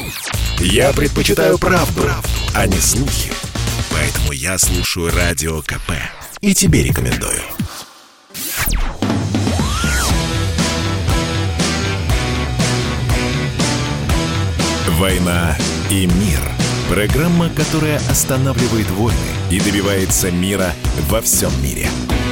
Я предпочитаю правду, а не слухи. Поэтому я слушаю Радио КП. И тебе рекомендую. «Война и мир». Программа, которая останавливает войны и добивается мира во всем мире.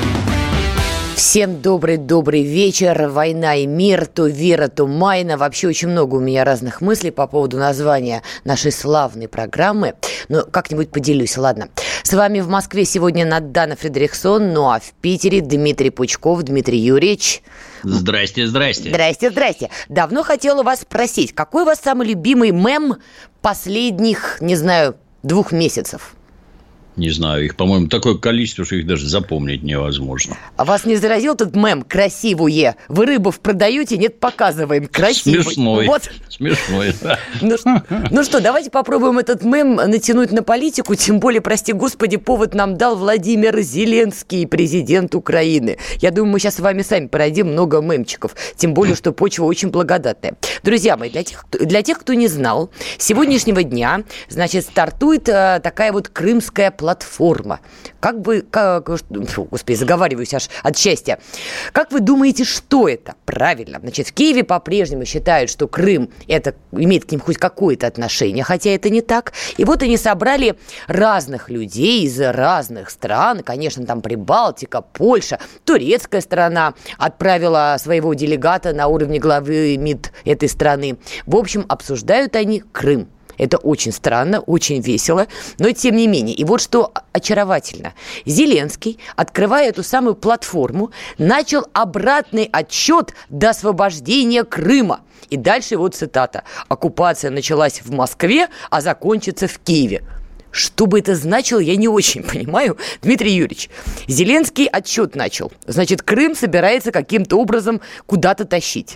Всем добрый вечер. «Война и мир», то Вера, то Майна. Вообще очень много у меня разных мыслей по поводу названия нашей славной программы. Но как-нибудь поделюсь, ладно. С вами в Москве сегодня Надана Фредериксон, ну а в Питере Дмитрий Пучков. Дмитрий Юрьевич. Здрасте. Здрасте. Давно хотела вас спросить, какой у вас самый любимый мем последних, 2 месяцев? Не знаю, их, по-моему, такое количество, что их даже запомнить невозможно. А вас не заразил этот мем «красивую»? Вы рыбов продаете? Нет, показываем. Красивый. Смешной. Вот. Смешной, да. Ну что, давайте попробуем этот мем натянуть на политику. Тем более, прости господи, повод нам дал Владимир Зеленский, президент Украины. Я думаю, мы сейчас с вами сами породим много мемчиков. Тем более, что почва очень благодатная. Друзья мои, для тех, кто не знал, с сегодняшнего дня, стартует такая вот крымская платформа. Господи, заговариваюсь аж от счастья. Как вы думаете, что это? Правильно. В Киеве по-прежнему считают, что Крым это имеет к ним хоть какое-то отношение, хотя это не так. И вот они собрали разных людей из разных стран. Конечно, там Прибалтика, Польша, турецкая сторона отправила своего делегата на уровне главы МИД этой страны. В общем, обсуждают они Крым. Это очень странно, очень весело, но тем не менее. И вот что очаровательно. Зеленский, открывая эту самую платформу, начал обратный отсчет до освобождения Крыма. И дальше вот цитата. «Оккупация началась в Москве, а закончится в Киеве». Что бы это значило, я не очень понимаю. Дмитрий Юрьевич, Зеленский отсчет начал. Значит, Крым собирается каким-то образом куда-то тащить.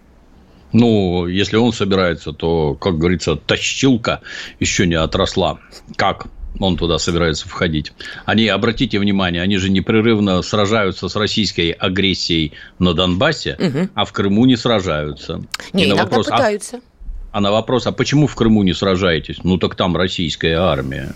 Ну, если он собирается, то, как говорится, тащилка еще не отросла. Как он туда собирается входить? Они, обратите внимание, они же непрерывно сражаются с российской агрессией на Донбассе, а в Крыму не сражаются. Не, иногда пытаются. А на вопрос, а почему в Крыму не сражаетесь? Ну, так там российская армия.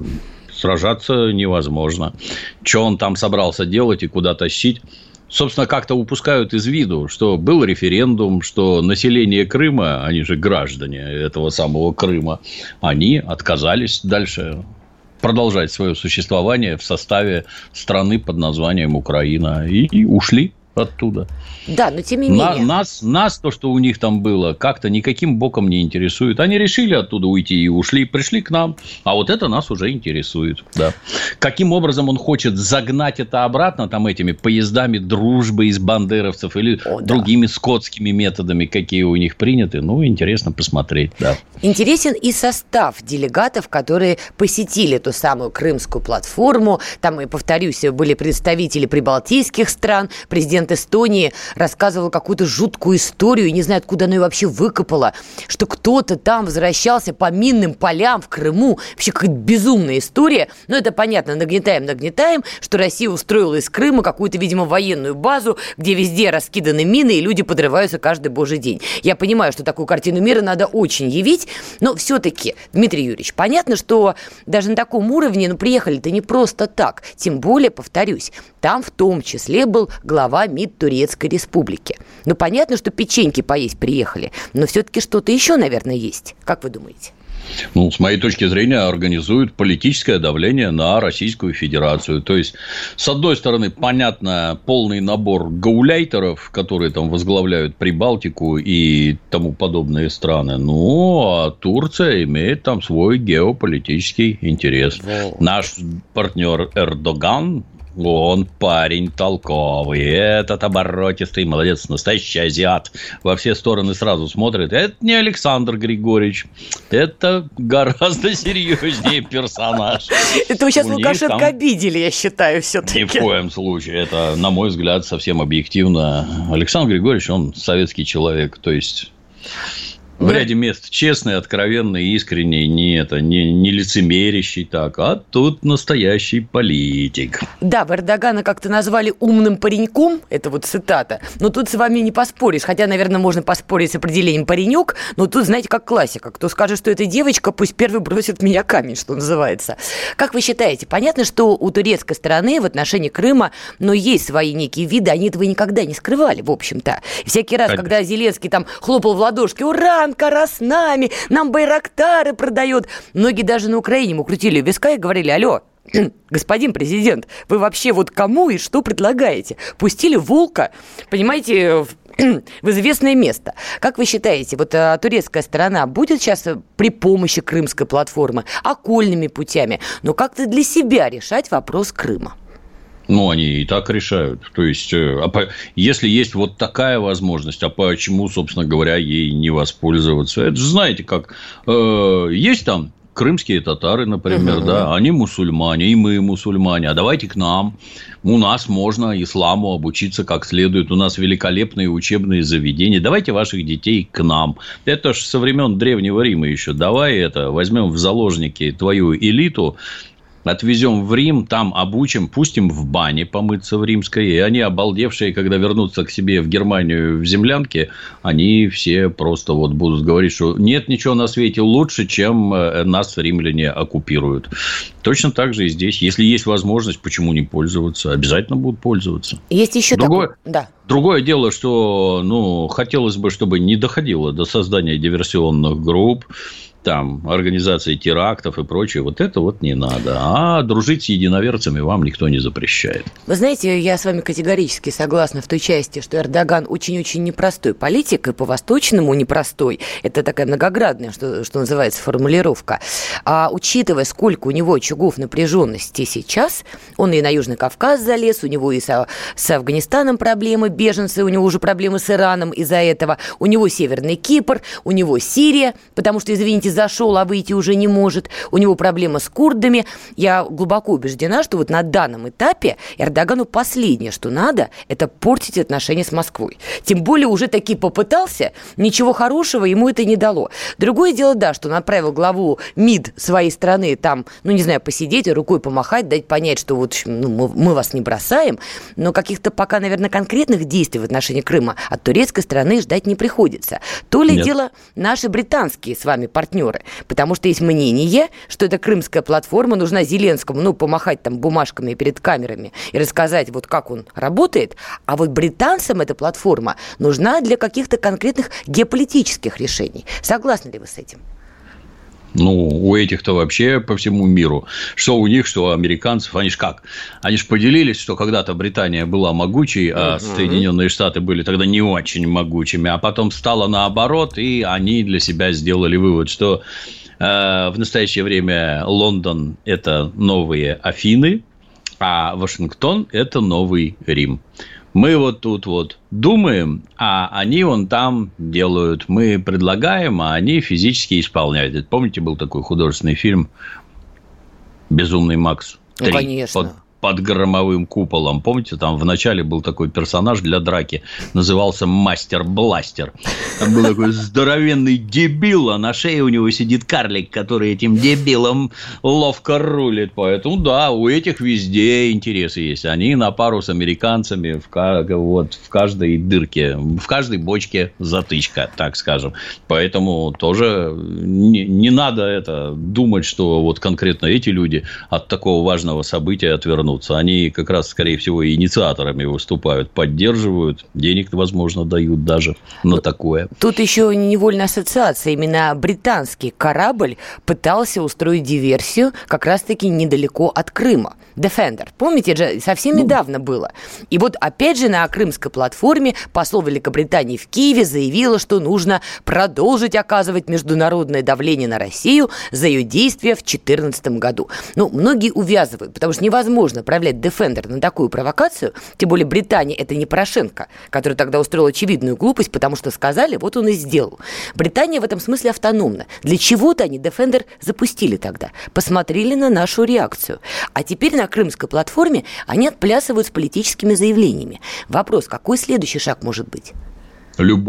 Сражаться невозможно. Что он там собрался делать и куда тащить? Собственно, как-то упускают из виду, что был референдум, что население Крыма, они же граждане этого самого Крыма, они отказались дальше продолжать свое существование в составе страны под названием Украина и ушли оттуда. Да, но тем не менее. Нас то, что у них там было, как-то никаким боком не интересует. Они решили оттуда уйти и ушли, пришли к нам. А вот это нас уже интересует. Да. Каким образом он хочет загнать это обратно там этими поездами дружбы из бандеровцев или другими скотскими методами, какие у них приняты, ну, интересно посмотреть. Да. Интересен и состав делегатов, которые посетили ту самую крымскую платформу. Там, и повторюсь, были представители прибалтийских стран, президент Эстонии рассказывал какую-то жуткую историю, не знаю, откуда она ее вообще выкопала, что кто-то там возвращался по минным полям в Крыму. Вообще какая-то безумная история. Но это понятно, нагнетаем, что Россия устроила из Крыма какую-то, видимо, военную базу, где везде раскиданы мины, и люди подрываются каждый божий день. Я понимаю, что такую картину мира надо очень явить, но все-таки, Дмитрий Юрьевич, понятно, что даже на таком уровне, приехали-то не просто так. Тем более, повторюсь, там в том числе был глава МИД Турецкой Республики. Понятно, что печеньки поесть приехали, но все-таки что-то еще, наверное, есть. Как вы думаете? С моей точки зрения, организуют политическое давление на Российскую Федерацию. То есть, с одной стороны, понятно, полный набор гауляйтеров, которые там возглавляют Прибалтику и тому подобные страны. А Турция имеет там свой геополитический интерес. Наш партнер Эрдоган, он парень толковый, этот оборотистый, молодец, настоящий азиат. Во все стороны сразу смотрит. Это не Александр Григорьевич, это гораздо серьезнее персонаж. Это вы сейчас Лукашенко обидели, я считаю, все-таки. Ни в коем случае. Это, на мой взгляд, совсем объективно. Александр Григорьевич, он советский человек, то есть... В ряде мест честный, откровенный, искренний, не лицемерящий так, а тут настоящий политик. Да, вы Эрдогана как-то назвали умным пареньком, это вот цитата, но тут с вами не поспоришь, хотя, наверное, можно поспорить с определением паренек, но тут, знаете, как классика, кто скажет, что это девочка, пусть первый бросит в меня камень, что называется. Как вы считаете, понятно, что у турецкой стороны в отношении Крыма, но есть свои некие виды, они этого никогда не скрывали, в общем-то. Всякий раз, когда Зеленский там хлопал в ладошки, ура, Анкара с нами, нам байрактары продает. Многие даже на Украине ему крутили у виска и говорили: алло, господин президент, вы вообще вот кому и что предлагаете? Пустили волка, понимаете, в известное место. Как вы считаете, вот турецкая сторона будет сейчас при помощи крымской платформы окольными путями, но как-то для себя решать вопрос Крыма? Ну, они и так решают. То есть, если есть вот такая возможность, а почему, собственно говоря, ей не воспользоваться? Это же, знаете, как есть там крымские татары, например, да, они мусульмане, и мы мусульмане, а давайте к нам. У нас можно исламу обучиться как следует, у нас великолепные учебные заведения, давайте ваших детей к нам. Это ж со времен Древнего Рима еще. Давай возьмем в заложники твою элиту, отвезем в Рим, там обучим, пустим в бане помыться в римской, и они, обалдевшие, когда вернутся к себе в Германию в землянке, они все просто вот будут говорить, что нет ничего на свете лучше, чем нас римляне оккупируют. Точно так же и здесь. Если есть возможность, почему не пользоваться? Обязательно будут пользоваться. Есть еще Другое дело, что хотелось бы, чтобы не доходило до создания диверсионных групп, там, организации терактов и прочее, вот это вот не надо. А дружить с единоверцами вам никто не запрещает. Вы знаете, я с вами категорически согласна в той части, что Эрдоган очень-очень непростой политик, и по-восточному непростой. Это такая многоградная, что называется, формулировка. А учитывая, сколько у него очагов напряженности сейчас, он и на Южный Кавказ залез, у него и с Афганистаном проблемы, беженцы, у него уже проблемы с Ираном из-за этого, у него Северный Кипр, у него Сирия, потому что, извините, зашел, а выйти уже не может. У него проблема с курдами. Я глубоко убеждена, что вот на данном этапе Эрдогану последнее, что надо, это портить отношения с Москвой. Тем более уже таки попытался, ничего хорошего ему это не дало. Другое дело, да, что он отправил главу МИД своей страны там, посидеть и рукой помахать, дать понять, что вот мы вас не бросаем, но каких-то пока, наверное, конкретных действий в отношении Крыма от турецкой стороны ждать не приходится. То ли дело наши британские с вами партнеры, потому что есть мнение, что эта крымская платформа нужна Зеленскому, помахать там бумажками перед камерами и рассказать, вот как он работает, а вот британцам эта платформа нужна для каких-то конкретных геополитических решений. Согласны ли вы с этим? У этих-то вообще по всему миру. Что у них, что у американцев. Они ж как? Они ж поделились, что когда-то Британия была могучей, а Соединенные Штаты были тогда не очень могучими. А потом стало наоборот, и они для себя сделали вывод, что в настоящее время Лондон – это новые Афины, а Вашингтон – это новый Рим. Мы вот тут вот думаем, а они вон там делают. Мы предлагаем, а они физически исполняют. Это, помните, был такой художественный фильм «Безумный Макс 3», конечно. под громовым куполом. Помните, там в начале был такой персонаж для драки, назывался Мастер Бластер. Там был такой здоровенный дебил, а на шее у него сидит карлик, который этим дебилом ловко рулит. Поэтому, да, у этих везде интересы есть. Они на пару с американцами в каждой дырке, в каждой бочке затычка, так скажем. Поэтому тоже не надо думать, что вот конкретно эти люди от такого важного события отвернутся. Они как раз, скорее всего, инициаторами выступают, поддерживают, денег, возможно, дают даже на такое. Тут еще невольная ассоциация. Именно британский корабль пытался устроить диверсию как раз-таки недалеко от Крыма. Defender. Помните, же совсем недавно было. И вот опять же на крымской платформе посол Великобритании в Киеве заявила, что нужно продолжить оказывать международное давление на Россию за ее действия в 2014 году. Многие увязывают, потому что невозможно отправлять Defender на такую провокацию. Тем более Британия – это не Порошенко, который тогда устроил очевидную глупость, потому что сказали, вот он и сделал. Британия в этом смысле автономна. Для чего-то они Defender запустили тогда. Посмотрели на нашу реакцию. А теперь на крымской платформе они отплясывают с политическими заявлениями. Вопрос, какой следующий шаг может быть? Любой.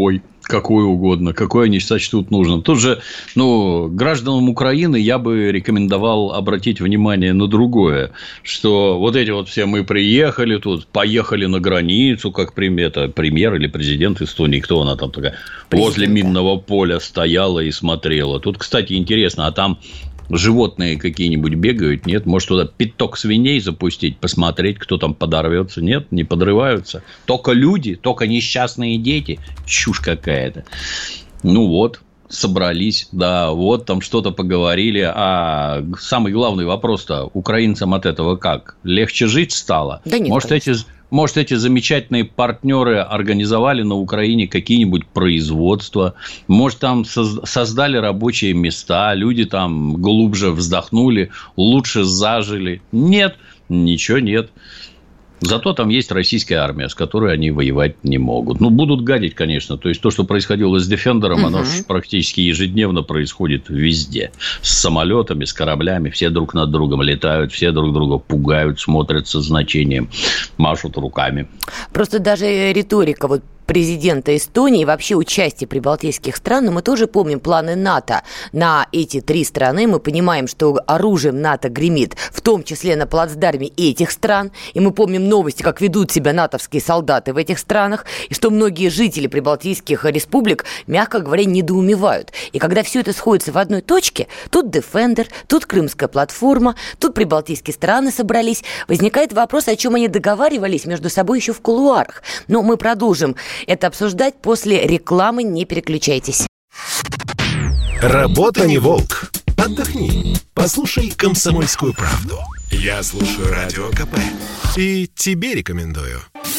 Какой угодно, какой они сочтут нужным. Тут же, гражданам Украины я бы рекомендовал обратить внимание на другое, что вот эти вот все мы приехали тут, поехали на границу, как премьер или президент Эстонии, кто она там такая, возле минного поля стояла и смотрела. Тут, кстати, интересно, а там животные какие-нибудь бегают, нет? Может, туда пяток свиней запустить, посмотреть, кто там подорвется? Нет, не подрываются. Только люди, только несчастные дети. Чушь какая-то. Собрались, да, вот там что-то поговорили. А самый главный вопрос-то, украинцам от этого как? Легче жить стало? Да нет, Может, эти замечательные партнеры организовали на Украине какие-нибудь производства, может, там создали рабочие места, люди там глубже вздохнули, лучше зажили. Нет, ничего нет. Зато там есть российская армия, с которой они воевать не могут. Будут гадить, конечно. То есть, то, что происходило с Defender'ом, оно практически ежедневно происходит везде. С самолетами, с кораблями. Все друг над другом летают, все друг друга пугают, смотрят со значением, машут руками. Просто даже риторика президента Эстонии и вообще участие прибалтийских стран, но мы тоже помним планы НАТО на эти 3 страны. Мы понимаем, что оружием НАТО гремит, в том числе на плацдарме этих стран. И мы помним новости, как ведут себя натовские солдаты в этих странах, и что многие жители прибалтийских республик, мягко говоря, недоумевают. И когда все это сходится в одной точке, тут Defender, тут Крымская платформа, тут прибалтийские страны собрались, возникает вопрос, о чем они договаривались между собой еще в кулуарах. Но мы продолжим это обсуждать после рекламы. Не переключайтесь. Работа не волк. Отдохни. Послушай «Комсомольскую правду». Я слушаю Радио КП. И тебе рекомендую.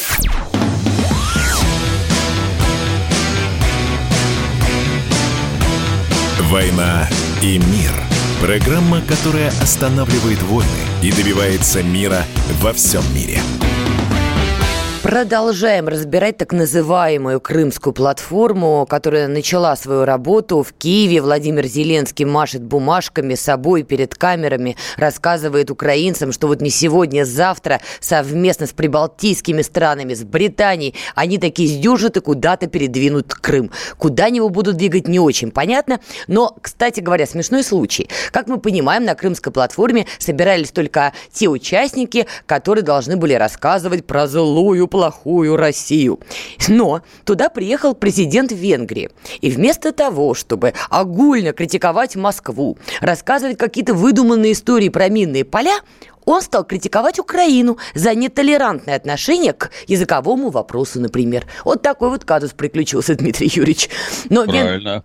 «Война и мир». Программа, которая останавливает войны и добивается мира во всем мире. Продолжаем разбирать так называемую Крымскую платформу, которая начала свою работу в Киеве. Владимир Зеленский машет бумажками, собой перед камерами, рассказывает украинцам, что вот не сегодня, а завтра совместно с прибалтийскими странами, с Британией, они таки сдюжат и куда-то передвинут Крым. Куда они его будут двигать, не очень понятно. Но, кстати говоря, смешной случай. Как мы понимаем, на Крымской платформе собирались только те участники, которые должны были рассказывать про злую плохую Россию. Но туда приехал президент Венгрии. И вместо того, чтобы огульно критиковать Москву, рассказывать какие-то выдуманные истории про минные поля, он стал критиковать Украину за нетолерантное отношение к языковому вопросу, например. Вот такой вот казус приключился, Дмитрий Юрьевич. Но правильно.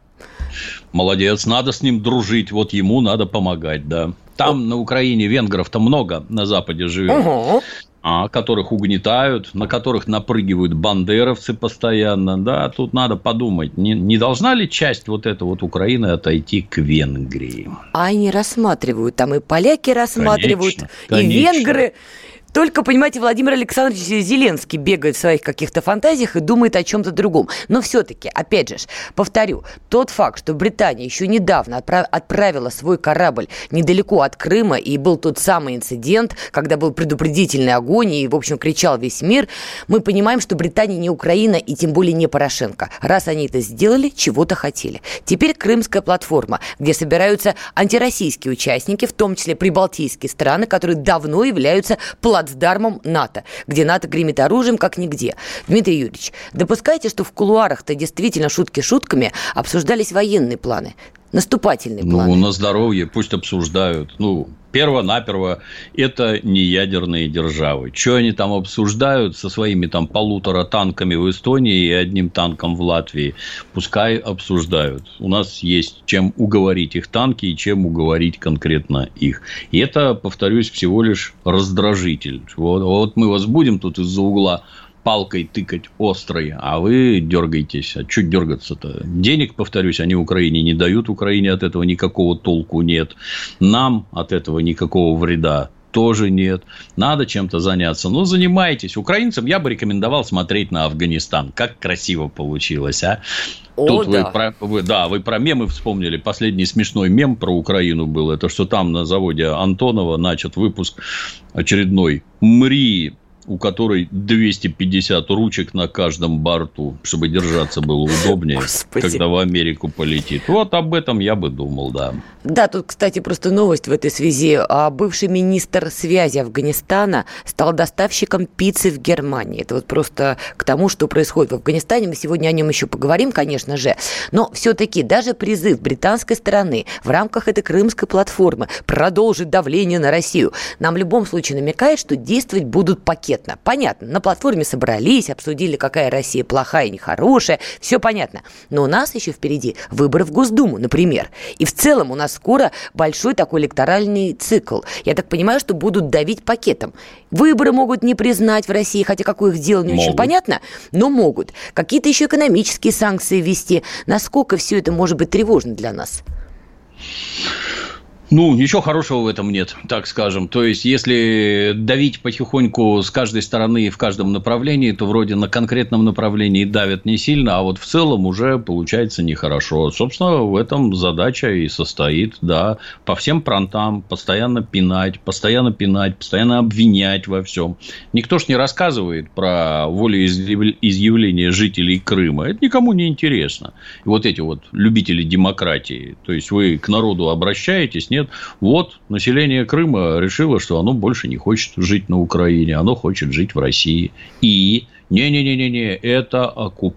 Молодец, надо с ним дружить, вот ему надо помогать, да. Там на Украине венгров-то много, на Западе живет. Которых угнетают, на которых напрыгивают бандеровцы постоянно. Да, тут надо подумать, не должна ли часть вот этой вот Украины отойти к Венгрии? А они рассматривают, там и поляки рассматривают, конечно. И венгры. Только, понимаете, Владимир Александрович Зеленский бегает в своих каких-то фантазиях и думает о чем-то другом. Но все-таки, опять же, повторю, тот факт, что Британия еще недавно отправила свой корабль недалеко от Крыма, и был тот самый инцидент, когда был предупредительный огонь, и, в общем, кричал весь мир, мы понимаем, что Британия не Украина, и тем более не Порошенко. Раз они это сделали, чего-то хотели. Теперь Крымская платформа, где собираются антироссийские участники, в том числе прибалтийские страны, которые давно являются плацдармом НАТО, где НАТО гремит оружием как нигде. Дмитрий Юрьевич, допускаете, что в кулуарах-то действительно шутки шутками обсуждались военные планы, наступательные планы? На здоровье пусть обсуждают. Перво-наперво это не ядерные державы. Что они там обсуждают со своими там 1,5 танками в Эстонии и 1 танком в Латвии? Пускай обсуждают. У нас есть чем уговорить их танки и чем уговорить конкретно их. И это, повторюсь, всего лишь раздражитель. Вот мы вас будем тут из-за угла палкой тыкать острой, а вы дергаетесь. А что дергаться-то? Денег, повторюсь, они Украине не дают. Украине от этого никакого толку нет. Нам от этого никакого вреда тоже нет. Надо чем-то заняться. Занимайтесь. Украинцам я бы рекомендовал смотреть на Афганистан. Как красиво получилось, а? Тут вы про мемы вспомнили. Последний смешной мем про Украину был. Это что там на заводе Антонова начат выпуск очередной. Мри, у которой 250 ручек на каждом борту, чтобы держаться было удобнее, Господи, когда в Америку полетит. Вот об этом я бы думал, да. Да, тут, кстати, просто новость в этой связи. Бывший министр связи Афганистана стал доставщиком пиццы в Германии. Это вот просто к тому, что происходит в Афганистане. Мы сегодня о нем еще поговорим, конечно же. Но все-таки даже призыв британской стороны в рамках этой крымской платформы продолжить давление на Россию нам в любом случае намекает, что действовать будут пакетно. Понятно, на платформе собрались, обсудили, какая Россия плохая и нехорошая, все понятно. Но у нас еще впереди выборы в Госдуму, например. И в целом у нас скоро большой такой электоральный цикл. Я так понимаю, что будут давить пакетом. Выборы могут не признать в России, хотя какое их дело не очень понятно, но могут. Какие-то еще экономические санкции ввести. Насколько все это может быть тревожно для нас? Ну, ничего хорошего в этом нет, так скажем. То есть, если давить потихоньку с каждой стороны и в каждом направлении, то вроде на конкретном направлении давят не сильно, а вот в целом уже получается нехорошо. Собственно, в этом задача и состоит, да, по всем фронтам постоянно пинать, постоянно обвинять во всем. Никто ж не рассказывает про волеизъявление жителей Крыма. Это никому не интересно. И вот эти вот любители демократии, то есть, вы к народу обращаетесь, нет? Вот население Крыма решило, что оно больше не хочет жить на Украине, оно хочет жить в России. И не-не-не-не, это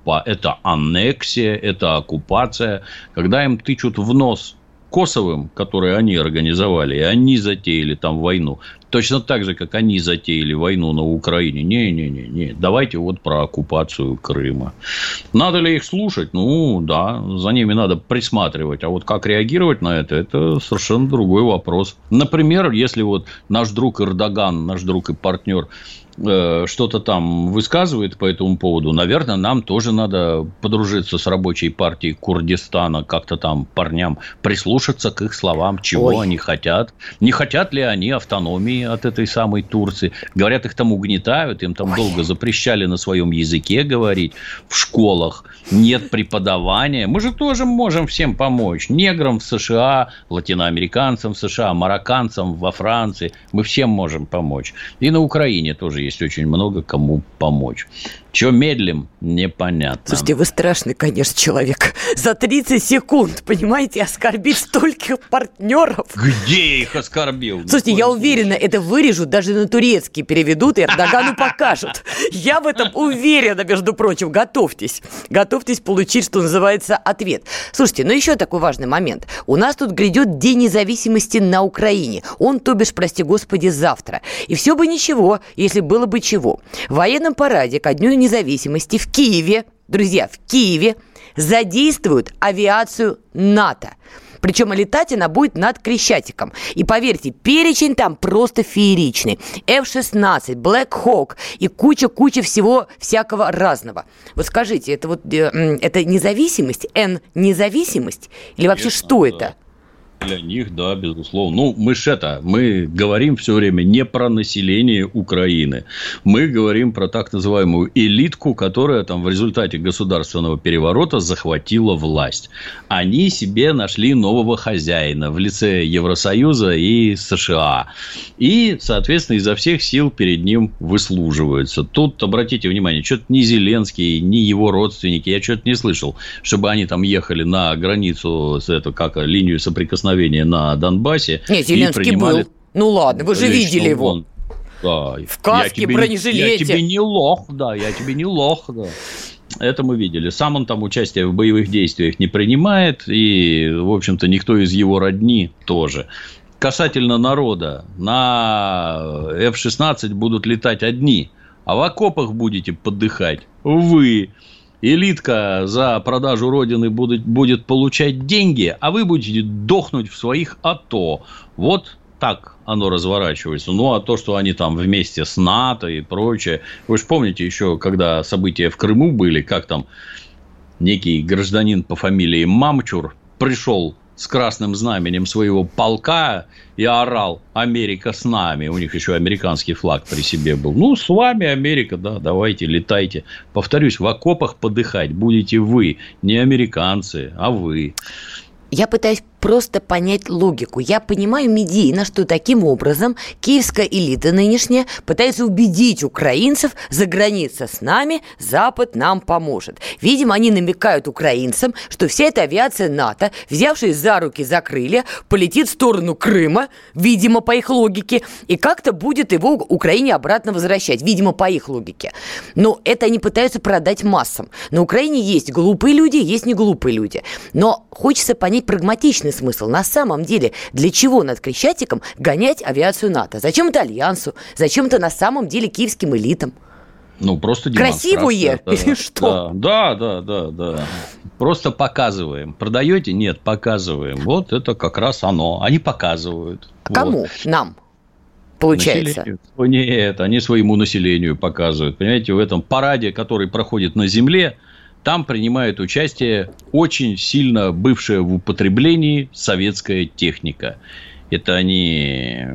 аннексия, это оккупация. Когда им тычут в нос Косовым, которые они организовали, и они затеяли там войну, точно так же, как они затеяли войну на Украине. Не, давайте вот про оккупацию Крыма. Надо ли их слушать? Ну, да, за ними надо присматривать. А вот как реагировать на это совершенно другой вопрос. Например, если вот наш друг Эрдоган, наш друг и партнер, что-то там высказывает по этому поводу, наверное, нам тоже надо подружиться с рабочей партией Курдистана, как-то там парням прислушаться к их словам, чего они хотят. Не хотят ли они автономии от этой самой Турции? Говорят, их там угнетают, им там долго запрещали на своем языке говорить в школах. Нет преподавания. Мы же тоже можем всем помочь. Неграм в США, латиноамериканцам в США, марокканцам во Франции. Мы всем можем помочь. И на Украине тоже есть очень много кому помочь. Чего медлим, непонятно. Слушайте, вы страшный, конечно, человек. За 30 секунд, понимаете, оскорбить стольких партнеров. Где я их оскорбил? Слушайте, я уверена, это вырежут, даже на турецкий переведут и Эрдогану покажут. Я в этом уверена, между прочим. Готовьтесь. Готовьтесь получить, что называется, ответ. Слушайте, ну еще такой важный момент. У нас тут грядет День независимости на Украине. Он, то бишь, прости господи, завтра. И все бы ничего, если было бы чего. В военном параде ко Дню независимости в Киеве, друзья, в Киеве задействуют авиацию НАТО. Причем летать она будет над Крещатиком. И поверьте, перечень там просто фееричный. F-16, Black Hawk и куча всего всякого разного. Вот скажите, это вот это независимость? Независимость? Или вообще что это? Для них, да, безусловно. Ну, мы говорим все время не про население Украины. Мы говорим про так называемую элитку, которая там в результате государственного переворота захватила власть. Они себе нашли нового хозяина в лице Евросоюза и США. И, соответственно, изо всех сил перед ним выслуживаются. Тут, обратите внимание, что-то ни Зеленский, ни его родственники, я что-то не слышал, чтобы они там ехали на границу, линию соприкосновения на Донбассе. Нет, Зеленский был. Ну ладно, вы же видели его. Да. В каске, бронежилете. Я тебе не лох, да. Это мы видели. Сам он там участие в боевых действиях не принимает. И, в общем-то, никто из его родни тоже. Касательно народа. На F-16 будут летать одни. А в окопах будете подыхать вы. Элитка за продажу Родины будет получать деньги, а вы будете дохнуть в своих АТО. Вот так оно разворачивается. Ну, а то, что они там вместе с НАТО и прочее. Вы же помните еще, когда события в Крыму были, как там некий гражданин по фамилии Мамчур пришел с красным знаменем своего полка и орал: «Америка с нами». У них еще американский флаг при себе был. Ну, с вами Америка, да, давайте, летайте. Повторюсь, в окопах подыхать будете вы, не американцы, а вы. Я пытаюсь просто понять логику. Я понимаю медийно, что таким образом киевская элита нынешняя пытается убедить украинцев: за граница с нами, Запад нам поможет. Видимо, они намекают украинцам, что вся эта авиация НАТО, взявшись за руки, за крылья, полетит в сторону Крыма, видимо, по их логике, и как-то будет его Украине обратно возвращать, видимо, по их логике. Но это они пытаются продать массам. На Украине есть глупые люди, есть не глупые люди. Но хочется понять прагматичный смысл. На самом деле, для чего над Крещатиком гонять авиацию НАТО? Зачем это Альянсу? Зачем это на самом деле киевским элитам? Ну, просто демонстрация. Красивое или что? Да. Просто показываем. Продаете? Нет, показываем. Вот это как раз оно. Они показывают. Кому? Вот. Нам. Получается. Населению? Нет, они своему населению показывают. Понимаете, в этом параде, который проходит на земле, там принимает участие очень сильно бывшая в употреблении советская техника. Это они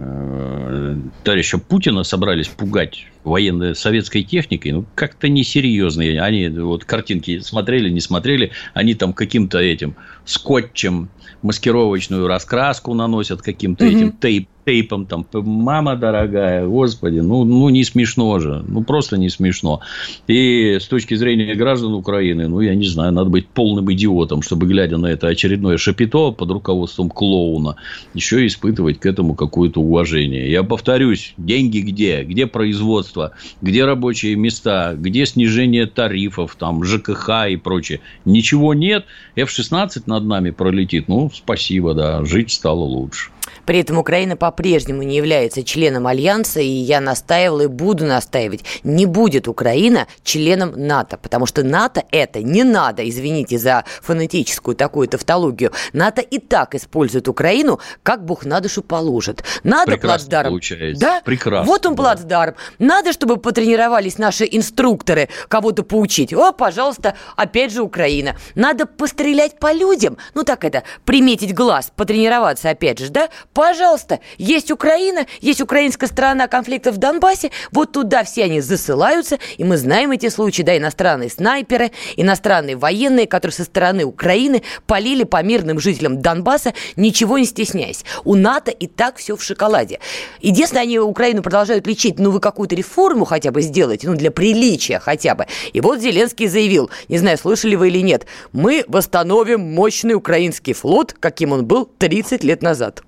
товарища Путина собрались пугать военной советской техникой. Ну, как-то несерьезные. Они вот картинки смотрели, не смотрели. Они там каким-то этим скотчем маскировочную раскраску наносят, каким-то этим тейпом. Там, мама дорогая, господи, ну не смешно же. Ну, просто не смешно. И с точки зрения граждан Украины, ну, я не знаю, надо быть полным идиотом, чтобы, глядя на это очередное шапито под руководством клоуна, еще и испытывать к этому какое-то уважение. Я повторюсь, деньги где? Где производство? Где рабочие места? Где снижение тарифов? Там ЖКХ и прочее. Ничего нет. F-16 над нами пролетит. Ну, спасибо, да. Жить стало лучше. При этом Украина по-прежнему не является членом Альянса, и я настаивала и буду настаивать: не будет Украина членом НАТО, потому что НАТО это не надо, извините за фонетическую такую тавтологию, НАТО и так использует Украину, как Бог на душу положит. Надо прекрасно плацдарм. Получается. Да? Прекрасно. Вот он, да. Плацдарм. Надо, чтобы потренировались наши инструкторы кого-то поучить. О, пожалуйста, опять же Украина. Надо пострелять по людям, ну так это, приметить глаз, потренироваться опять же, да? Пожалуйста, есть Украина, есть украинская сторона конфликта в Донбассе, вот туда все они засылаются, и мы знаем эти случаи, да, иностранные снайперы, иностранные военные, которые со стороны Украины полили по мирным жителям Донбасса, ничего не стесняясь. У НАТО и так все в шоколаде. Единственное, они Украину продолжают лечить, ну вы какую-то реформу хотя бы сделайте, ну для приличия хотя бы. И вот Зеленский заявил, не знаю, слышали вы или нет, мы восстановим мощный украинский флот, каким он был 30 лет назад.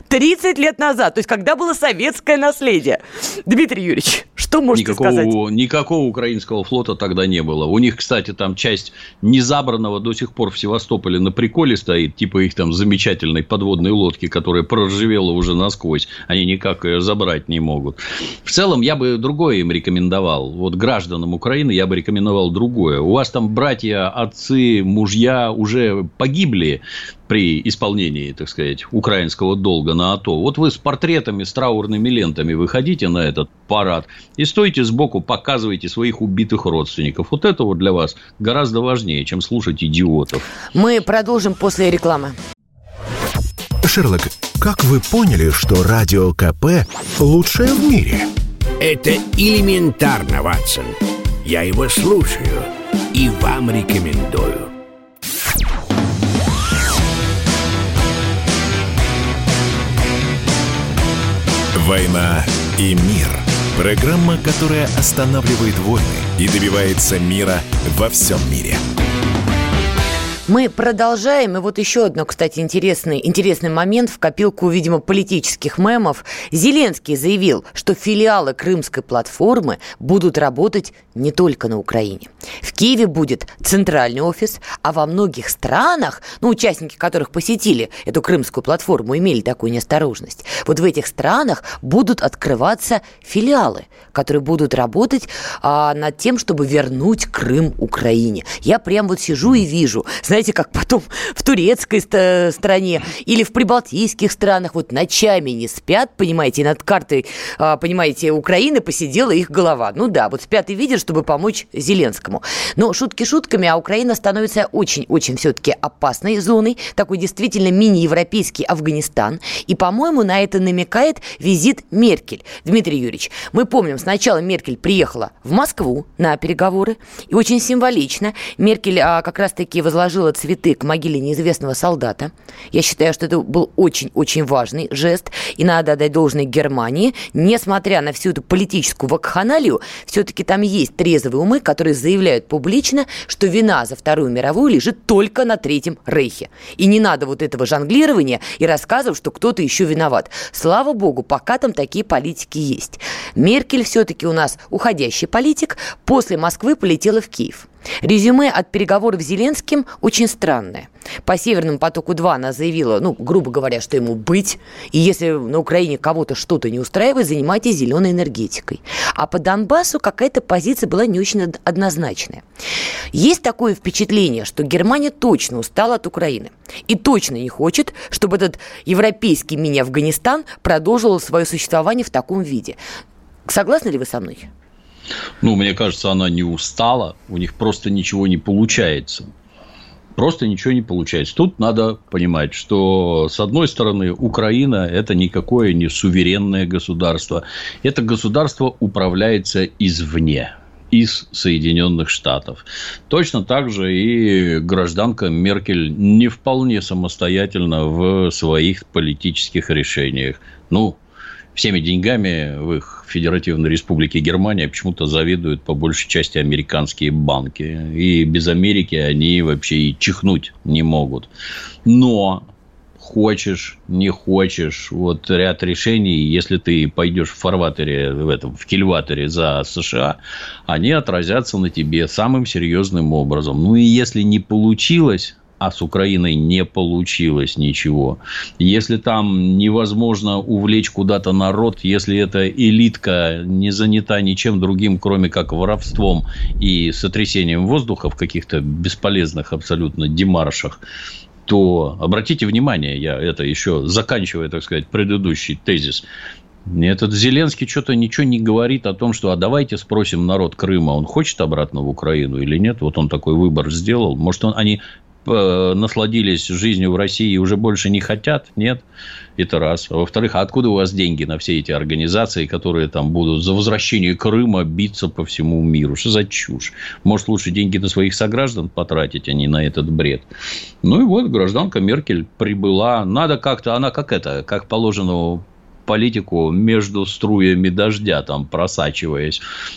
30 лет назад, то есть когда было советское наследие. Дмитрий Юрьевич, что можете сказать? Никакого украинского флота тогда не было. У них, кстати, там часть незабранного до сих пор в Севастополе на приколе стоит, типа их там замечательной подводной лодки, которая проржавела уже насквозь. Они никак ее забрать не могут. В целом, я бы другое им рекомендовал. Вот гражданам Украины я бы рекомендовал другое. У вас там братья, отцы, мужья уже погибли при исполнении, так сказать, украинского долга на АТО. Вот вы с портретами, с траурными лентами выходите на этот парад и стойте сбоку, показывайте своих убитых родственников. Вот это вот для вас гораздо важнее, чем слушать идиотов. Мы продолжим после рекламы. Шерлок, как вы поняли, что Радио КП лучшее в мире? Это элементарно, Ватсон. Я его слушаю и вам рекомендую. «Война и мир». Программа, которая останавливает войны и добивается мира во всем мире. Мы продолжаем. И вот еще одно, кстати, интересный момент в копилку, видимо, политических мемов. Зеленский заявил, что филиалы Крымской платформы будут работать не только на Украине. В Киеве будет центральный офис, а во многих странах, участники которых посетили эту Крымскую платформу, имели такую неосторожность. Вот в этих странах будут открываться филиалы, которые будут работать над тем, чтобы вернуть Крым Украине. Я прям вот сижу и вижу, знаете, как потом в турецкой стране или в прибалтийских странах вот ночами не спят, понимаете, и над картой, понимаете, Украины посидела их голова. Ну да, вот спят и видят, чтобы помочь Зеленскому. Но шутки шутками, а Украина становится очень-очень все-таки опасной зоной, такой действительно мини-европейский Афганистан. И, по-моему, на это намекает визит Меркель. Дмитрий Юрьевич, мы помним, сначала Меркель приехала в Москву на переговоры, и очень символично Меркель как раз-таки возложила положила цветы к могиле неизвестного солдата. Я считаю, что это был очень-очень важный жест, и надо отдать должное Германии. Несмотря на всю эту политическую вакханалию, все-таки там есть трезвые умы, которые заявляют публично, что вина за Вторую мировую лежит только на Третьем Рейхе. И не надо вот этого жонглирования и рассказов, что кто-то еще виноват. Слава богу, пока там такие политики есть. Меркель все-таки у нас уходящий политик, после Москвы полетела в Киев. Резюме от переговоров с Зеленским очень странное. По Северному потоку-2 она заявила, грубо говоря, что ему быть, и если на Украине кого-то что-то не устраивает, занимайтесь зеленой энергетикой. А по Донбассу какая-то позиция была не очень однозначная. Есть такое впечатление, что Германия точно устала от Украины и точно не хочет, чтобы этот европейский мини-Афганистан продолжил свое существование в таком виде. Согласны ли вы со мной? Мне кажется, она не устала, у них просто ничего не получается. Просто ничего не получается. Тут надо понимать, что, с одной стороны, Украина – это никакое не суверенное государство. Это государство управляется извне, из Соединенных Штатов. Точно так же и гражданка Меркель не вполне самостоятельна в своих политических решениях. Всеми деньгами в их Федеративной Республике Германия почему-то завидуют по большей части американские банки. И без Америки они вообще и чихнуть не могут. Но хочешь, не хочешь, вот ряд решений, если ты пойдешь в фарватере, в кильватере за США, они отразятся на тебе самым серьезным образом. И если не получилось, а с Украиной не получилось ничего. Если там невозможно увлечь куда-то народ, если эта элитка не занята ничем другим, кроме как воровством и сотрясением воздуха в каких-то бесполезных абсолютно демаршах, то обратите внимание, я это еще заканчивая, так сказать, предыдущий тезис. Этот Зеленский что-то ничего не говорит о том, что давайте спросим народ Крыма, он хочет обратно в Украину или нет. Вот он такой выбор сделал. Может, они насладились жизнью в России и уже больше не хотят? Нет. Это раз. А во-вторых, откуда у вас деньги на все эти организации, которые там будут за возвращение Крыма биться по всему миру? Что за чушь? Может, лучше деньги на своих сограждан потратить, а не на этот бред? И вот гражданка Меркель прибыла. Надо как-то, она как положено политику между струями дождя там просачиваясь.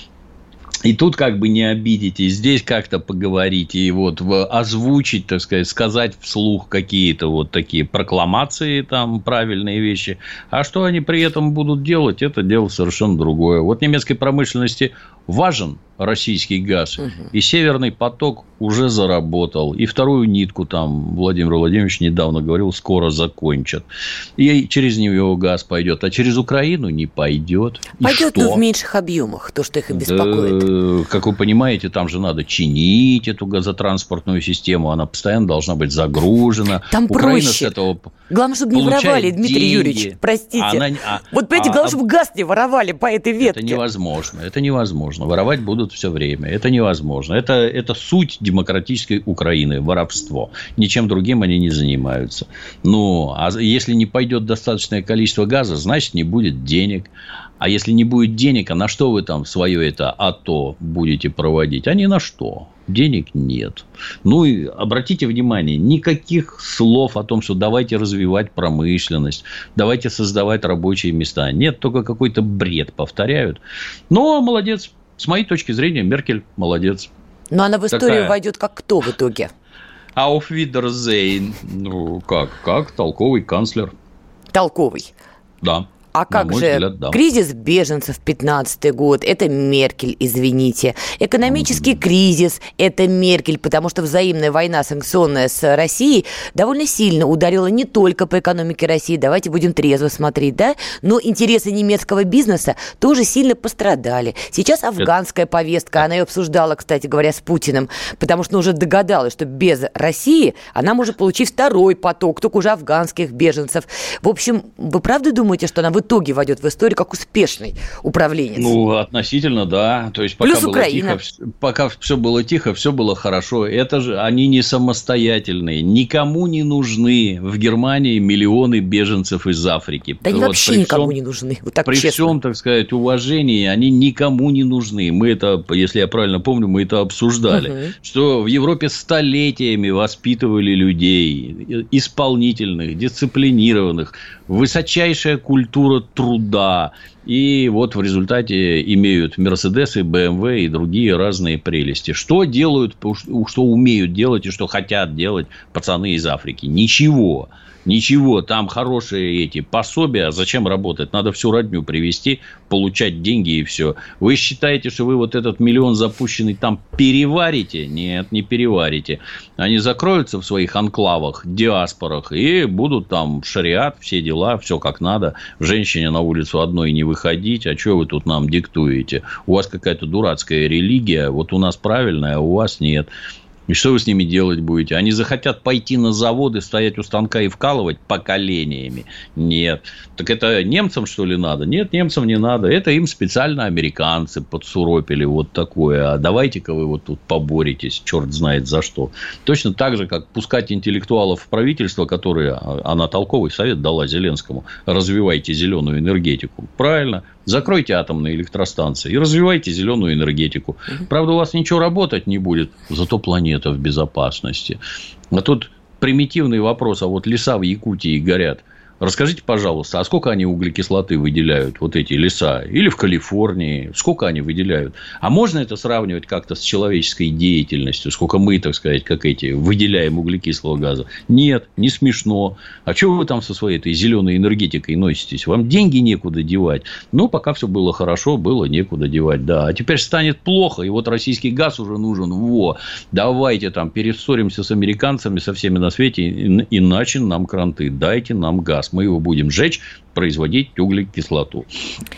И тут как бы не обидеть, и здесь как-то поговорить, и озвучить, так сказать, сказать вслух какие-то вот такие прокламации, там, правильные вещи. А что они при этом будут делать, это дело совершенно другое. Вот немецкой промышленности важен российский газ, и Северный поток уже заработал, и вторую нитку там Владимир Владимирович недавно говорил, скоро закончат, и через нее газ пойдет, а через Украину не пойдет. Пойдет, но в меньших объемах, то, что их и беспокоит. Как вы понимаете, там же надо чинить эту газотранспортную систему, она постоянно должна быть загружена. Там Украина проще. С этого главное, чтобы не воровали, Дмитрий Юрьевич, простите. Понимаете, главное, чтобы газ не воровали по этой ветке. Это невозможно. Воровать будут все время. Это невозможно. Это суть демократической Украины. Воровство. Ничем другим они не занимаются. А если не пойдет достаточное количество газа, значит, не будет денег. А если не будет денег, а на что вы там свое это АТО будете проводить? А ни на что. Денег нет. И обратите внимание, никаких слов о том, что давайте развивать промышленность, давайте создавать рабочие места. Нет, только какой-то бред повторяют. Но молодец. С моей точки зрения, Меркель молодец. Но она в историю войдет как кто в итоге? Auf Wiedersehen. Как толковый канцлер. Толковый? Да. А как же взгляд, да. Кризис беженцев 15-й год, это Меркель, извините. Экономический кризис, это Меркель, потому что взаимная война санкционная с Россией довольно сильно ударила не только по экономике России, давайте будем трезво смотреть, да? Но интересы немецкого бизнеса тоже сильно пострадали. Сейчас афганская повестка, она ее обсуждала, кстати говоря, с Путиным, потому что уже догадалась, что без России она может получить второй поток, только уже афганских беженцев. В общем, вы правда думаете, что она в итоге войдет в историю как успешный управленец. Ну, относительно, да. То есть, пока все было тихо, все было хорошо. Это же они не самостоятельные, никому не нужны. В Германии миллионы беженцев из Африки. Да они вообще никому не нужны. Вот так при честно. всем, так сказать, уважении, они никому не нужны. Мы это, если я правильно помню, мы это обсуждали. Что в Европе столетиями воспитывали людей исполнительных, дисциплинированных, высочайшая культура труда. И вот в результате имеют Мерседесы, БМВ и другие разные прелести. Что делают, что умеют делать и что хотят делать пацаны из Африки? Ничего. Ничего, там хорошие эти пособия. Зачем работать? Надо всю родню привезти, получать деньги и все. Вы считаете, что вы вот этот миллион запущенный там переварите? Нет, не переварите. Они закроются в своих анклавах, диаспорах и будут там шариат, все дела, все как надо. Женщине на улицу одной не выходить. А что вы тут нам диктуете? У вас какая-то дурацкая религия, вот у нас правильная, а у вас нет. И что вы с ними делать будете? Они захотят пойти на заводы, стоять у станка и вкалывать поколениями? Нет. Так это немцам, что ли, надо? Нет, немцам не надо. Это им специально американцы подсуропили вот такое. А давайте-ка вы вот тут поборитесь, черт знает за что. Точно так же, как пускать интеллектуалов в правительство, которые она толковый совет дала Зеленскому. Развивайте зеленую энергетику. Правильно. Закройте атомные электростанции и развивайте зеленую энергетику. Правда, у вас ничего работать не будет, зато планета в безопасности. А тут примитивный вопрос, а вот леса в Якутии горят. Расскажите, пожалуйста, а сколько они углекислоты выделяют, вот эти леса? Или в Калифорнии? Сколько они выделяют? А можно это сравнивать как-то с человеческой деятельностью? Сколько мы, так сказать, как эти, выделяем углекислого газа? Нет, не смешно. А чего вы там со своей этой зеленой энергетикой носитесь? Вам деньги некуда девать. Ну, пока все было хорошо, было некуда девать, да. А теперь станет плохо, и вот российский газ уже нужен. Во, давайте там перессоримся с американцами, со всеми на свете, иначе нам кранты. Дайте нам газ. Мы его будем жечь, производить углекислоту.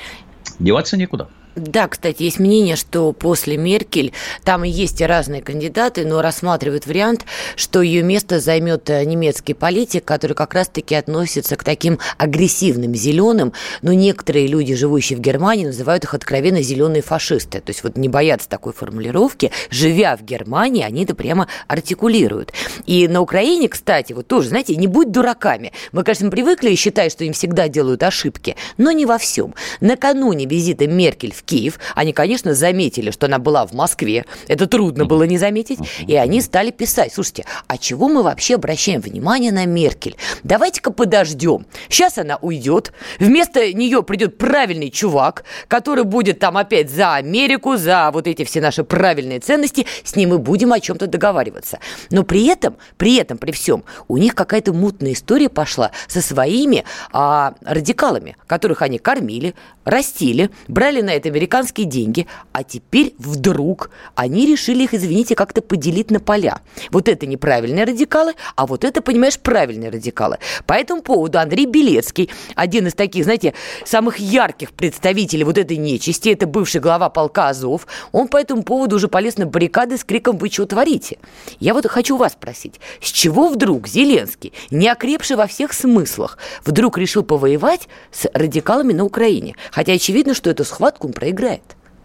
Деваться некуда. Да, кстати, есть мнение, что после Меркель, там и есть разные кандидаты, но рассматривают вариант, что ее место займет немецкий политик, который как раз-таки относится к таким агрессивным зеленым, но некоторые люди, живущие в Германии, называют их откровенно зеленые фашисты. То есть, вот не боятся такой формулировки. Живя в Германии, они это прямо артикулируют. И на Украине, кстати, вот тоже, знаете, не будь дураками. Мы, конечно, привыкли считать, что им всегда делают ошибки, но не во всем. Накануне визита Меркель в Киев, они, конечно, заметили, что она была в Москве. Это трудно было не заметить. И они стали писать: слушайте, а чего мы вообще обращаем внимание на Меркель? Давайте-ка подождем. Сейчас она уйдет. Вместо нее придет правильный чувак, который будет там опять за Америку, за вот эти все наши правильные ценности. С ним мы будем о чем-то договариваться. Но при этом, при всем, у них какая-то мутная история пошла со своими радикалами, которых они кормили, растили, брали на это американские деньги, а теперь вдруг они решили их, извините, как-то поделить на поля. Вот это неправильные радикалы, а вот это, понимаешь, правильные радикалы. По этому поводу Андрей Белецкий, один из таких, знаете, самых ярких представителей вот этой нечисти, это бывший глава полка Азов, он по этому поводу уже полез на баррикады с криком: «Вы чего творите?». Я вот хочу вас спросить, с чего вдруг Зеленский, не окрепший во всех смыслах, вдруг решил повоевать с радикалами на Украине? Хотя очевидно, что эту схватку он проиграет.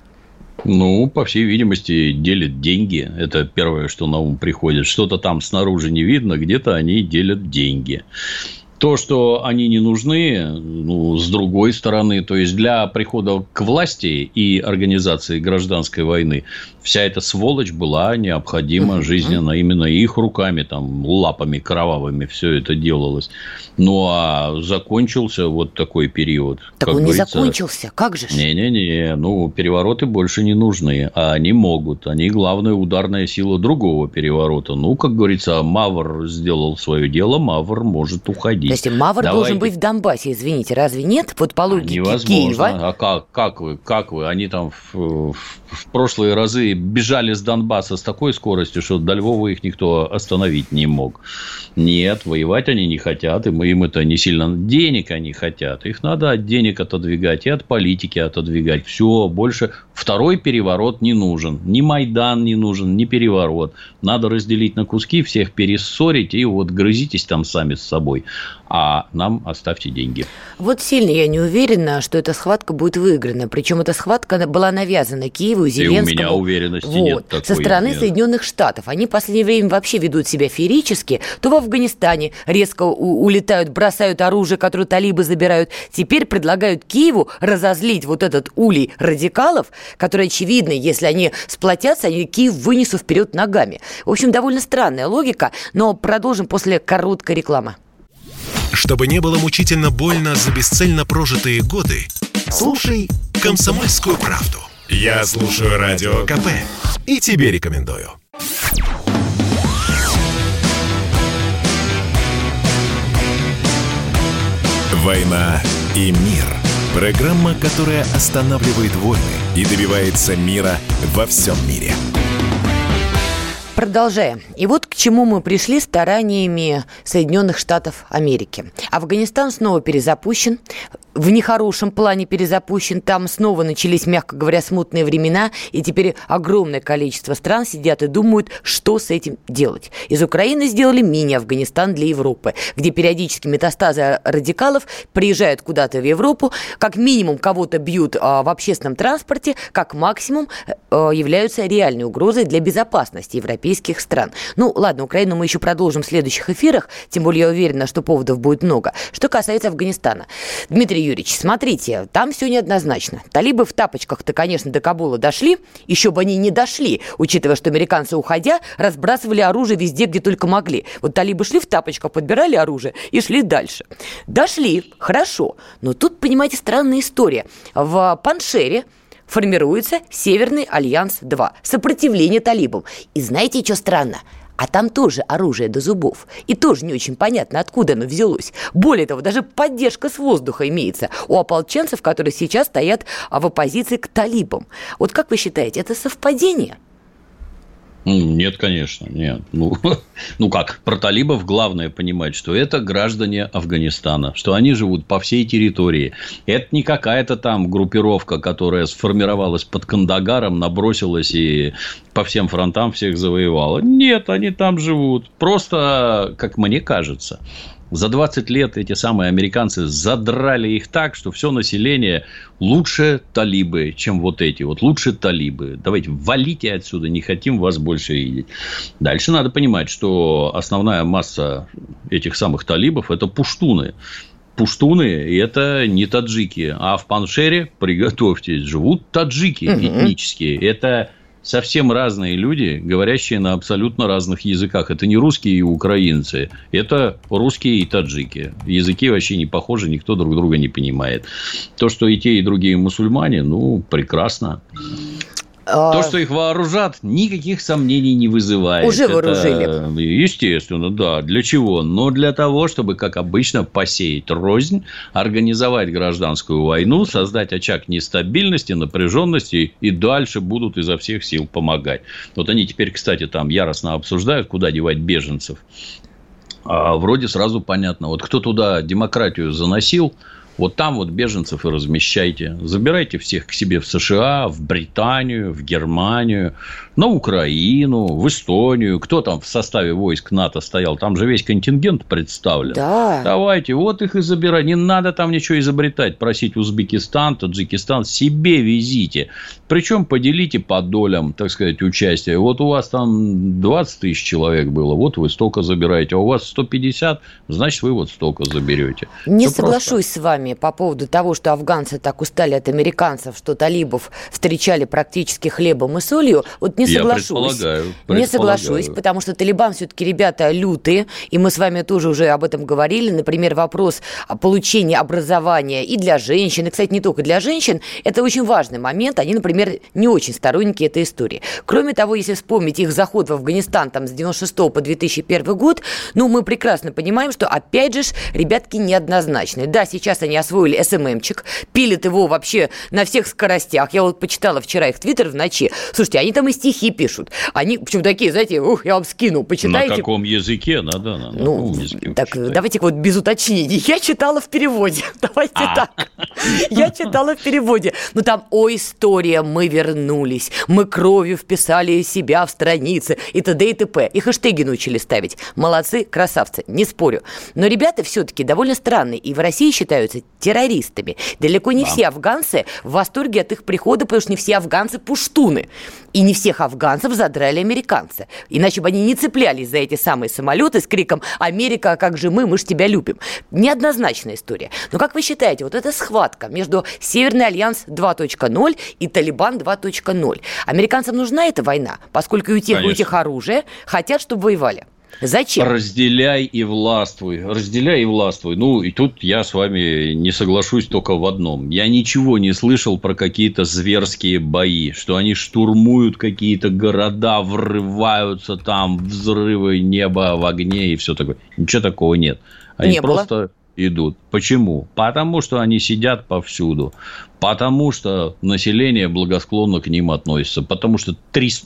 Ну, по всей видимости, делят деньги. Это первое, что на ум приходит. Что-то там снаружи не видно, где-то они делят деньги. То, что они не нужны, ну, с другой стороны, то есть для прихода к власти и организации гражданской войны вся эта сволочь была необходима жизненно. Именно их руками, там, лапами кровавыми все это делалось. Ну, а закончился вот такой период. Так он не закончился, как же? Не-не-не, ну, перевороты больше не нужны, а они могут. Они главная ударная сила другого переворота. Ну, как говорится, Мавр сделал свое дело, Мавр может уходить. То есть Мавр должен быть в Донбассе, извините, разве нет? Вот по логике Киева. А как вы? Они там в прошлые разы бежали с Донбасса с такой скоростью, что до Львова их никто остановить не мог. Нет, воевать они не хотят, и им это не сильно. Денег они хотят. Их надо от денег отодвигать и от политики отодвигать. Все, больше второй переворот не нужен. Ни Майдан не нужен, ни переворот. Надо разделить на куски, всех перессорить, и вот грызитесь там сами с собой. а нам оставьте деньги. Вот сильно я не уверена, что эта схватка будет выиграна. Причем эта схватка была навязана Киеву и Зеленскому. И у меня уверенности нет такой. Со стороны Соединенных Штатов. Они в последнее время вообще ведут себя феерически. То в Афганистане резко улетают, бросают оружие, которое талибы забирают. Теперь предлагают Киеву разозлить вот этот улей радикалов, которые, очевидно, если они сплотятся, они Киев вынесут вперед ногами. В общем, довольно странная логика, но продолжим после короткой рекламы. Чтобы не было мучительно больно за бесцельно прожитые годы, слушай «Комсомольскую правду». Я слушаю Радио КП и тебе рекомендую. «Война и мир». Программа, которая останавливает войны и добивается мира во всем мире. Продолжаем. И вот к чему мы пришли стараниями Соединенных Штатов Америки. Афганистан снова перезапущен. В нехорошем плане перезапущен. Там снова начались, мягко говоря, смутные времена. И теперь огромное количество стран сидят и думают, что с этим делать. Из Украины сделали мини-Афганистан для Европы, где периодически метастазы радикалов приезжают куда-то в Европу, как минимум кого-то бьют в общественном транспорте, как максимум являются реальной угрозой для безопасности европейских стран. Ну, ладно, Украину мы еще продолжим в следующих эфирах, тем более я уверена, что поводов будет много. Что касается Афганистана. Дмитрий Юрьевич, смотрите, там все неоднозначно. Талибы в тапочках-то, конечно, до Кабула дошли, еще бы они не дошли, учитывая, что американцы, уходя, разбрасывали оружие везде, где только могли. Вот талибы шли в тапочках, подбирали оружие и шли дальше. Дошли, хорошо, но тут, понимаете, странная история. В Паншере формируется Северный Альянс-2, сопротивление талибам. И знаете, что странно? А там тоже оружие до зубов. И тоже не очень понятно, откуда оно взялось. Более того, даже поддержка с воздуха имеется у ополченцев, которые сейчас стоят в оппозиции к талибам. Вот как вы считаете, это совпадение? Нет, конечно, нет. Ну как, про талибов главное понимать, что это граждане Афганистана, что они живут по всей территории. Это не какая-то там группировка, которая сформировалась под Кандагаром, набросилась и по всем фронтам всех завоевала. Нет, они там живут. Просто, как мне кажется, за 20 лет эти самые американцы задрали их так, что все население лучше талибы, чем вот эти. Вот лучше талибы. Давайте валите отсюда, не хотим вас больше видеть. Дальше надо понимать, что основная масса этих самых талибов – это пуштуны. Пуштуны – это не таджики. А в Паншере, приготовьтесь, живут таджики этнические. Это совсем разные люди, говорящие на абсолютно разных языках. Это не русские и украинцы, это русские и таджики. Языки вообще не похожи, никто друг друга не понимает. То, что и те, и другие мусульмане, прекрасно. То, что их вооружат, никаких сомнений не вызывает. Уже вооружили. Естественно, да. Для чего? Но для того, чтобы, как обычно, посеять рознь, организовать гражданскую войну, создать очаг нестабильности, напряженности, и дальше будут изо всех сил помогать. Вот они теперь, кстати, там яростно обсуждают, куда девать беженцев. А вроде сразу понятно. Вот кто туда демократию заносил, вот там вот беженцев и размещайте. Забирайте всех к себе в США, в Британию, в Германию, на Украину, в Эстонию. Кто там в составе войск НАТО стоял? Там же весь контингент представлен. Да. Давайте, вот их и забирать. Не надо там ничего изобретать. Просить Узбекистан, Таджикистан. Себе везите. Причем поделите по долям, так сказать, участие. Вот у вас там 20 тысяч человек было. Вот вы столько забираете. А у вас 150, значит, вы вот столько заберете. Не соглашусь с вами по поводу того, что афганцы так устали от американцев, что талибов встречали практически хлебом и солью. Вот не соглашусь. Не соглашусь, потому что талибан все-таки ребята лютые, и мы с вами тоже уже об этом говорили. Например, вопрос получения образования и для женщин, и, кстати, не только для женщин, это очень важный момент. Они, например, не очень сторонники этой истории. Кроме того, если вспомнить их заход в Афганистан там, с 96 по 2001 год, мы прекрасно понимаем, что, опять же, ребятки неоднозначные. Да, сейчас они освоили СММчик, пилят его вообще на всех скоростях. Я вот почитала вчера их твиттер в ночи. Слушайте, они там и стихи пишут. Они, причем такие, знаете, я вам скину, почитайте. На каком языке? На каком языке так, давайте вот без уточнений. Я читала в переводе. Давайте так. Я читала в переводе. Ну, там, история, мы вернулись, мы кровью вписали себя в страницы и т.д. и т.п. И хэштеги научили ставить. Молодцы, красавцы, не спорю. Но ребята все-таки довольно странные и в России считаются террористами. Далеко не все афганцы в восторге от их прихода, потому что не все афганцы пуштуны. И не всех афганцев задрали американцы. Иначе бы они не цеплялись за эти самые самолеты с криком «Америка, как же мы ж тебя любим». Неоднозначная история. Но как вы считаете, вот эта схватка между Северный альянс 2.0 и Талибан 2.0, американцам нужна эта война, поскольку у тех, оружие, хотят, чтобы воевали? Зачем? Разделяй и властвуй. Ну, и тут я с вами не соглашусь только в одном. Я ничего не слышал про какие-то зверские бои, что они штурмуют какие-то города, врываются там, взрывы, небо в огне и все такое. Ничего такого нет. Они просто идут. Почему? Потому что они сидят повсюду. Потому что население благосклонно к ним относится. Потому что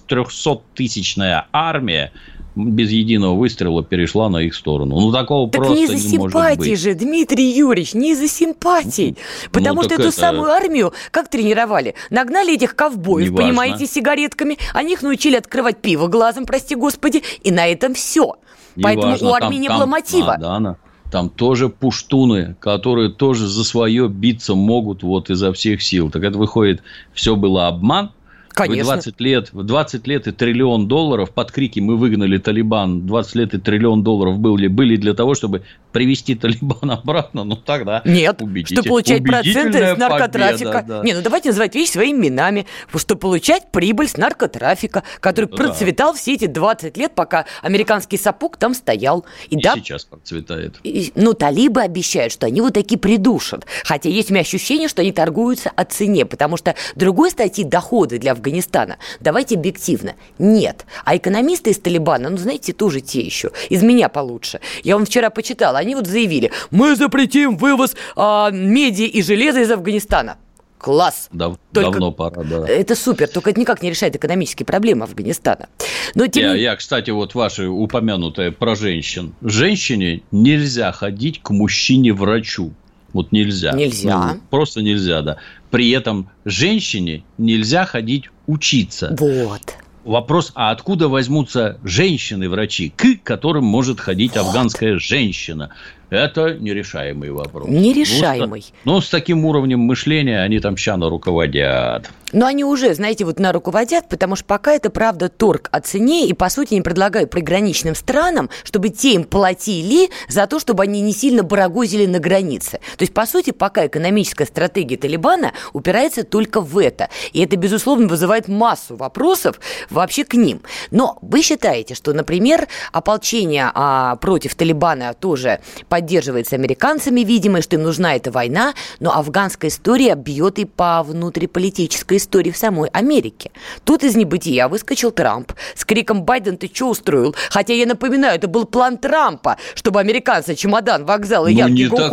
300-тысячная армия без единого выстрела перешла на их сторону. Ну, такого так просто не может быть. Так не из-за симпатий же, Дмитрий Юрьевич, не из-за симпатий. Потому что эту самую армию как тренировали? Нагнали этих ковбоев, понимаете, с сигаретками. Они их научили открывать пиво глазом, прости господи. И на этом все. Поэтому у армии не было мотива. Там тоже пуштуны, которые тоже за свое биться могут вот изо всех сил. Так это выходит, все было обман. Конечно. Вы 20 лет и $1 триллион под крики «Мы выгнали Талибан», 20 лет и $1 триллион были для того, чтобы привести Талибан обратно, ну тогда нет, убедите. Что получать проценты с наркотрафика. Победа, да. Не, ну давайте называть вещи своими именами. Что получать прибыль с наркотрафика, который процветал все эти 20 лет, пока американский сапог там стоял. И сейчас процветает. Ну, талибы обещают, что они вот такие придушат. Хотя есть у меня ощущение, что они торгуются о цене, потому что другой статьи доходы для Афганистана, давайте объективно, нет. А экономисты из Талибана, ну, знаете, тоже те еще. Из меня получше. Я вам вчера почитала, они вот заявили, мы запретим вывоз меди и железа из Афганистана. Класс. Давно пора, да. Это супер, только это никак не решает экономические проблемы Афганистана. Но я, кстати, вот ваше упомянутое про женщин. Женщине нельзя ходить к мужчине-врачу. Вот нельзя. Нельзя. Ну, просто нельзя, да. При этом женщине нельзя ходить учиться. Вот. Вопрос, а откуда возьмутся женщины-врачи, к которым может ходить афганская женщина? Это нерешаемый вопрос. Нерешаемый. Ну, с таким уровнем мышления они там щано руководят. Но они уже, знаете, вот руководят, потому что пока это, правда, торг о цене, и, по сути, не предлагают приграничным странам, чтобы те им платили за то, чтобы они не сильно барагозили на границе. То есть, по сути, пока экономическая стратегия Талибана упирается только в это. И это, безусловно, вызывает массу вопросов вообще к ним. Но вы считаете, что, например, ополчение против Талибана тоже поддерживается американцами, видимо, что им нужна эта война, но афганская история бьет и по внутриполитической истории в самой Америке. Тут из небытия выскочил Трамп с криком «Байден, ты что устроил?» Хотя, я напоминаю, это был план Трампа, чтобы американцы чемодан, вокзал и Янки Гуков.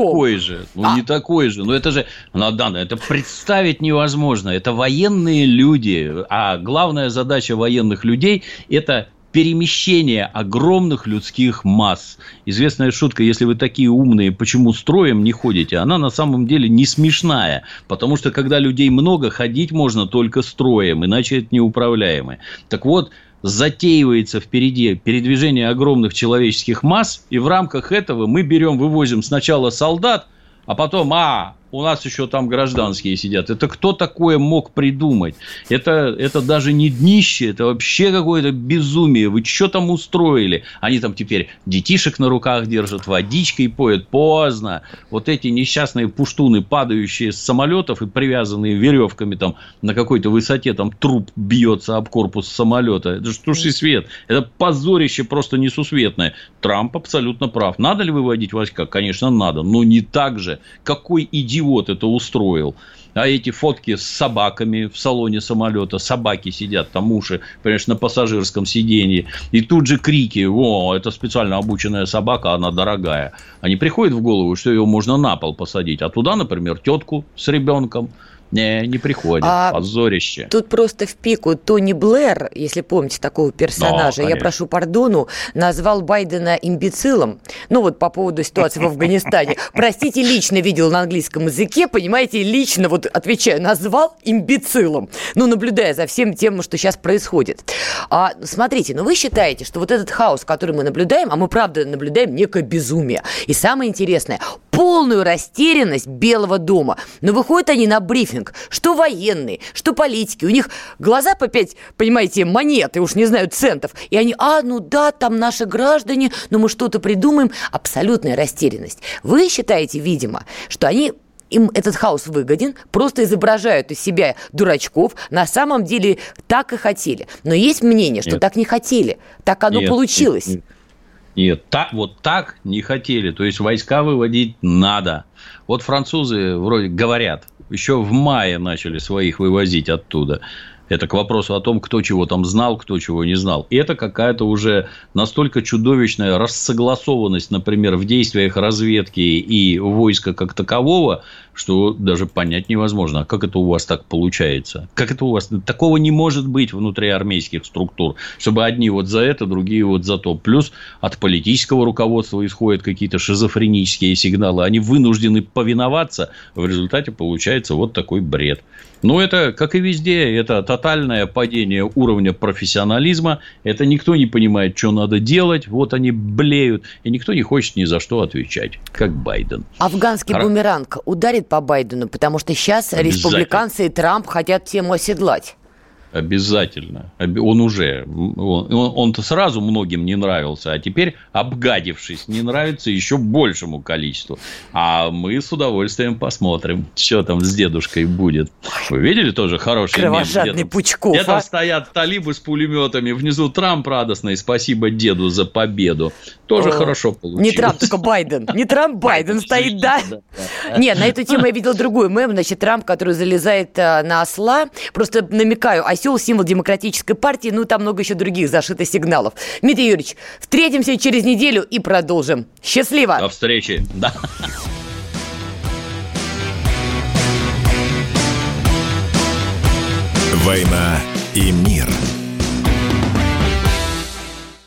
Не такой же. Но это же, Надана, это представить невозможно. Это военные люди. А главная задача военных людей – это перемещение огромных людских масс. Известная шутка, если вы такие умные, почему строем не ходите, она на самом деле не смешная. Потому что, когда людей много, ходить можно только строем, иначе это неуправляемо. Так вот, затеивается впереди передвижение огромных человеческих масс, и в рамках этого мы вывозим сначала солдат, а потом, у нас еще там гражданские сидят. Это кто такое мог придумать? Это даже не днище, это вообще какое-то безумие. Вы что там устроили? Они там теперь детишек на руках держат, водичкой поят. Поздно. Вот эти несчастные пуштуны, падающие с самолетов и привязанные веревками там на какой-то высоте, там труп бьется об корпус самолета. Это что ж и свет. Это позорище просто несусветное. Трамп абсолютно прав. Надо ли выводить войска? Конечно, надо. Но не так же. Какой идиот это устроил. А эти фотки с собаками в салоне самолета, собаки сидят, там уши, понимаешь, на пассажирском сиденье, и тут же крики: это специально обученная собака, она дорогая. А не приходит в голову, что ее можно на пол посадить, а туда, например, тетку с ребенком, Не приходит. Позорище. Тут просто в пику Тони Блэр, если помните такого персонажа, я прошу пардону, назвал Байдена имбецилом. Ну вот по поводу ситуации в Афганистане. Простите, лично видел на английском языке, понимаете, лично, вот отвечаю, назвал имбецилом. Ну, наблюдая за всем тем, что сейчас происходит. Смотрите, вы считаете, что вот этот хаос, который мы наблюдаем, а мы правда наблюдаем некое безумие. И самое интересное, полную растерянность Белого дома. Но выходят они на брифинг, что военные, что политики. У них глаза по 5, понимаете, монет, и уж не знаю, центов. И они, там наши граждане, но мы что-то придумаем. Абсолютная растерянность. Вы считаете, видимо, что им этот хаос выгоден, просто изображают из себя дурачков, на самом деле так и хотели. Но есть мнение, что так не хотели, так оно получилось. Нет, так не хотели. То есть войска выводить надо. Вот французы вроде говорят, еще в мае начали своих вывозить оттуда. Это к вопросу о том, кто чего там знал, кто чего не знал. И это какая-то уже настолько чудовищная рассогласованность, например, в действиях разведки и войска как такового, что даже понять невозможно, а как это у вас так получается? Как это у вас? Такого не может быть внутри армейских структур, чтобы одни вот за это, другие вот за то. Плюс от политического руководства исходят какие-то шизофренические сигналы. Они вынуждены повиноваться, в результате получается вот такой бред. Но это, как и везде, это тотальное падение уровня профессионализма. Это никто не понимает, что надо делать. Вот они блеют. И никто не хочет ни за что отвечать, как Байден. Афганский бумеранг ударит по Байдену, потому что сейчас республиканцы и Трамп хотят тему оседлать. Обязательно. Он-то сразу многим не нравился, а теперь, обгадившись, не нравится еще большему количеству. А мы с удовольствием посмотрим, что там с дедушкой будет. Вы видели тоже хороший мем? Кровожадный Пучков. Где-то стоят талибы с пулеметами, внизу Трамп радостный, спасибо деду за победу. Тоже хорошо получилось. Не Трамп, только Байден. Не Трамп, Байден стоит, да? Нет, на эту тему я видел другую мем. Значит, Трамп, который залезает на осла. Просто намекаю, осел — символ демократической партии. Ну, там много еще других зашитых сигналов. Дмитрий Юрьевич, встретимся через неделю и продолжим. Счастливо! До встречи. Да. «Война и мир».